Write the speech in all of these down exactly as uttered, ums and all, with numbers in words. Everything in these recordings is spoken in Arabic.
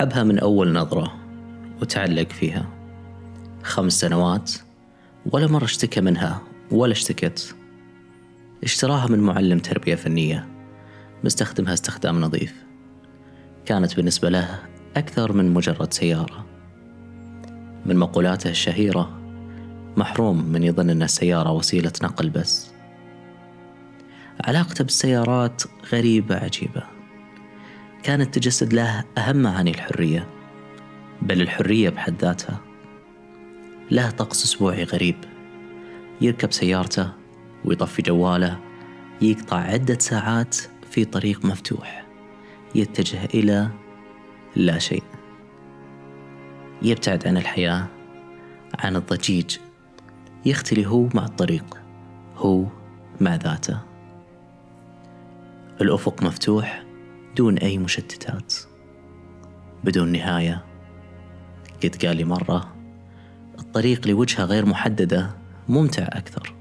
حبها من أول نظرة وتعلق فيها. خمس سنوات ولا مرة اشتكى منها ولا اشتكت. اشتراها من معلم تربية فنية مستخدمها استخدام نظيف. كانت بالنسبة له أكثر من مجرد سيارة. من مقولاته الشهيرة: محروم من يظن أن السيارة وسيلة نقل بس. علاقته بالسيارات غريبة عجيبة. كانت تجسد له أهم معاني الحرية، بل الحرية بحد ذاتها. له طقس أسبوعي غريب: يركب سيارته ويطفي جواله، يقطع عدة ساعات في طريق مفتوح يتجه إلى لا شيء. يبتعد عن الحياة، عن الضجيج، يختلي هو مع الطريق، هو مع ذاته. الأفق مفتوح دون أي مشتتات، بدون نهاية. قد قال لي مرة: الطريق لوجهة غير محددة ممتع أكثر.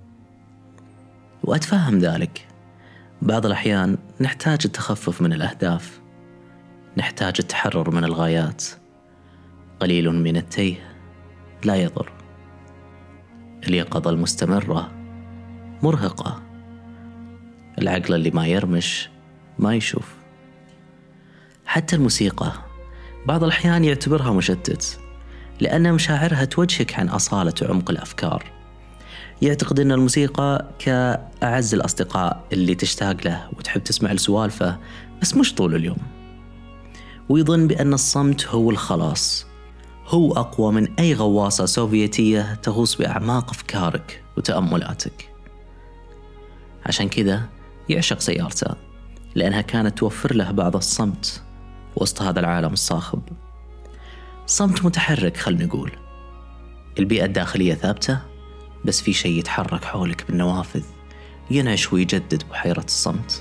وأتفهم ذلك. بعض الأحيان نحتاج التخفف من الأهداف، نحتاج التحرر من الغايات. قليل من التيه لا يضر. اليقظة المستمرة مرهقة. العقل اللي ما يرمش ما يشوف. حتى الموسيقى بعض الأحيان يعتبرها مشتت، لأن مشاعرها توجهك عن أصالة وعمق الأفكار. يعتقد أن الموسيقى كأعز الأصدقاء اللي تشتاق له وتحب تسمع لسوالفه، بس مش طول اليوم. ويظن بأن الصمت هو الخلاص، هو أقوى من أي غواصة سوفيتية تغوص بأعماق أفكارك وتأملاتك. عشان كذا يعشق سيارته، لأنها كانت توفر له بعض الصمت وسط هذا العالم الصاخب. صمت متحرك، خلنا نقول. البيئة الداخلية ثابتة، بس في شيء يتحرك حولك بالنوافذ، ينعش ويجدد بحيرة الصمت.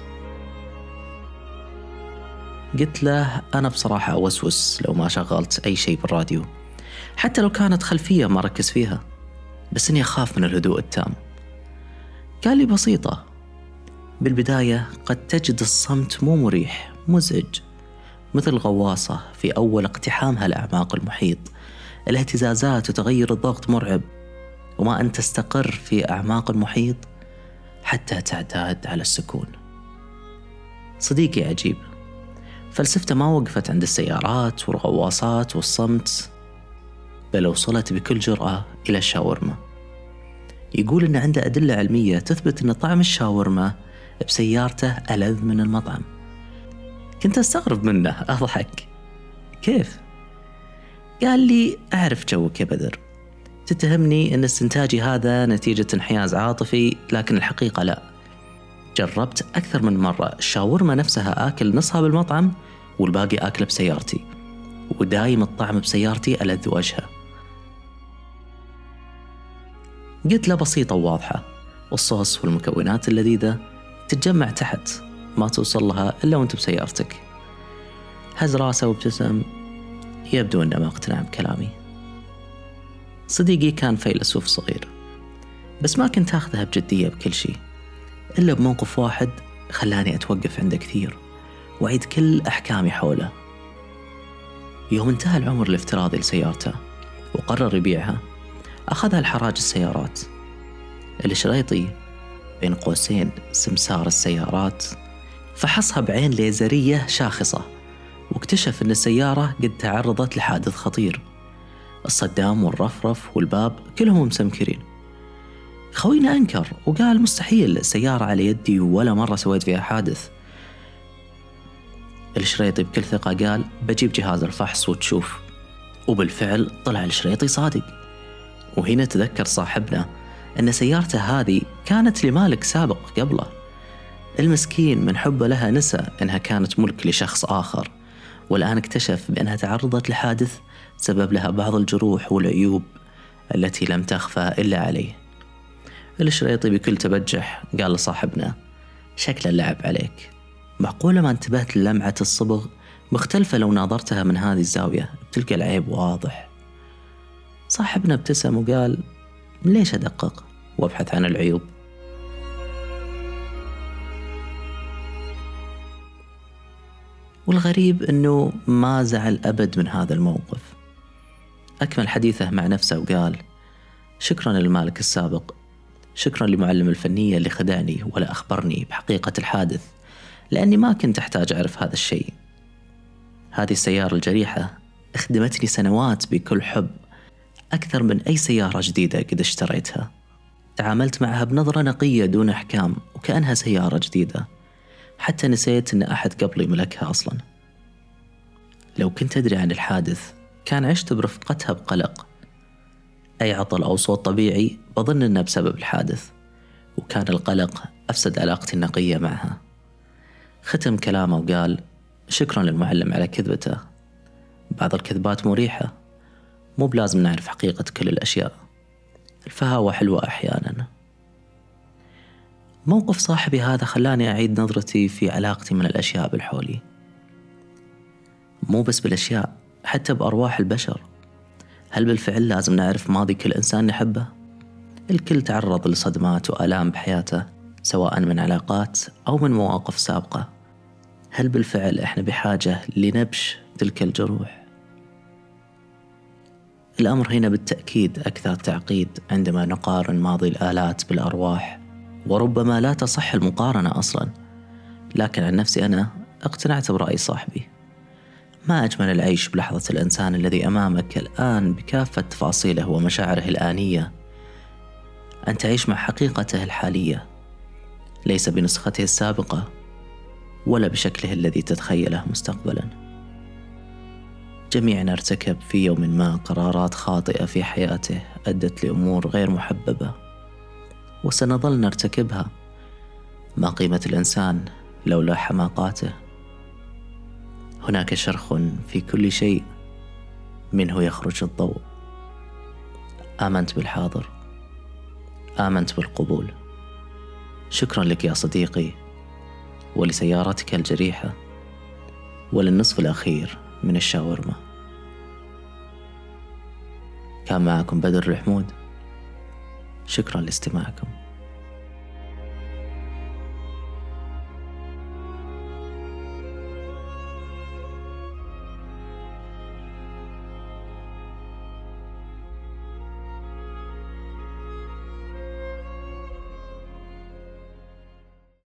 قلت له: أنا بصراحة أوسوس لو ما شغلت أي شيء بالراديو، حتى لو كانت خلفية ما ركز فيها، بس إني أخاف من الهدوء التام. قال لي: بسيطة. بالبداية قد تجد الصمت مو مريح، مزعج، مثل غواصة في أول اقتحامها لأعماق المحيط. الاهتزازات وتغير الضغط مرعب، وما أن تستقر في أعماق المحيط حتى تعتاد على السكون. صديقي عجيب، فلسفته ما وقفت عند السيارات والغواصات والصمت، بل وصلت بكل جرأة إلى الشاورما. يقول إن عنده أدلة علمية تثبت أن طعم الشاورما بسيارته ألذ من المطعم. كنت أستغرب منه، أضحك: كيف؟ قال لي: أعرف جوك يا بدر، تتهمني أن استنتاجي هذا نتيجة انحياز عاطفي، لكن الحقيقة لا. جربت أكثر من مرة الشاورما نفسها آكل نصها بالمطعم والباقي آكله بسيارتي، ودايم الطعم بسيارتي ألذ وأشهى. قلت له: بسيطة وواضحة، والصوص والمكونات اللذيذة تتجمع تحت، ما توصل لها إلا وانت بسيارتك. هز راسه وابتسم، يبدو أنه ما اقتنع بكلامي. صديقي كان فيلسوف صغير، بس ما كنت أخذها بجدية بكل شيء، إلا بموقف واحد خلاني أتوقف عنده كثير وأعيد كل أحكامي حوله. يوم انتهى العمر الافتراضي لسيارته وقرر يبيعها، أخذها لحراج السيارات. الشريطي بين قوسين سمسار السيارات فحصها بعين ليزرية شاخصة، واكتشف أن السيارة قد تعرضت لحادث خطير. الصدام والرفرف والباب كلهم مسمكرين. خوينا أنكر وقال: مستحيل، السيارة على يدي ولا مرة سويت فيها حادث. الشريطي بكل ثقة قال: بجيب جهاز الفحص وتشوف. وبالفعل طلع الشريطي صادق. وهنا تذكر صاحبنا أن سيارته هذه كانت لمالك سابق قبله. المسكين من حبه لها نسى أنها كانت ملك لشخص آخر، والآن اكتشف بأنها تعرضت لحادث سبب لها بعض الجروح والعيوب التي لم تخفى إلا عليه. الشريطي بكل تبجح قال لصاحبنا: شكل اللعب عليك. معقولة ما انتبهت للمعة الصبغ مختلفة؟ لو ناظرتها من هذه الزاوية بتلقى العيب واضح. صاحبنا ابتسم وقال: ليش أدقق وأبحث عن العيوب؟ والغريب أنه ما زعل أبد من هذا الموقف. أكمل حديثه مع نفسه وقال: شكرا للمالك السابق، شكرا لمعلم الفنية اللي خدعني ولا أخبرني بحقيقة الحادث، لأني ما كنت أحتاج أعرف هذا الشيء. هذه السيارة الجريحة خدمتني سنوات بكل حب، أكثر من أي سيارة جديدة قد اشتريتها. تعاملت معها بنظرة نقية دون أحكام وكأنها سيارة جديدة، حتى نسيت أن أحد قبلي ملكها أصلا. لو كنت أدري عن الحادث كان عشت برفقتها بقلق. أي عطل أو صوت طبيعي بظن أنه بسبب الحادث، وكان القلق أفسد علاقتي النقية معها. ختم كلامه وقال: شكرا للمعلم على كذبته، بعض الكذبات مريحة، مو بلازم نعرف حقيقة كل الأشياء، الفهاوة حلوة أحيانا. موقف صاحبي هذا خلاني أعيد نظرتي في علاقتي من الأشياء بالحولي، مو بس بالأشياء، حتى بأرواح البشر. هل بالفعل لازم نعرف ماضي كل إنسان نحبه؟ الكل تعرض لصدمات وآلام بحياته، سواء من علاقات أو من مواقف سابقة. هل بالفعل إحنا بحاجة لنبش تلك الجروح؟ الأمر هنا بالتأكيد أكثر تعقيد عندما نقارن ماضي الآلات بالأرواح، وربما لا تصح المقارنة أصلا. لكن عن نفسي أنا اقتنعت برأي صاحبي. ما أجمل العيش بلحظة الإنسان الذي أمامك الآن بكافة تفاصيله ومشاعره الآنية، أن تعيش مع حقيقته الحالية، ليس بنسخته السابقة ولا بشكله الذي تتخيله مستقبلا. جميعنا ارتكب في يوم ما قرارات خاطئة في حياته أدت لأمور غير محببة، وسنظل نرتكبها. ما قيمة الإنسان لولا حماقاته؟ هناك شرخ في كل شيء منه يخرج الضوء. آمنت بالحاضر، آمنت بالقبول. شكرا لك يا صديقي، ولسيارتك الجريحة، وللنصف الأخير من الشاورما. كان معكم بدر الحمود، شكرا لاستماعكم.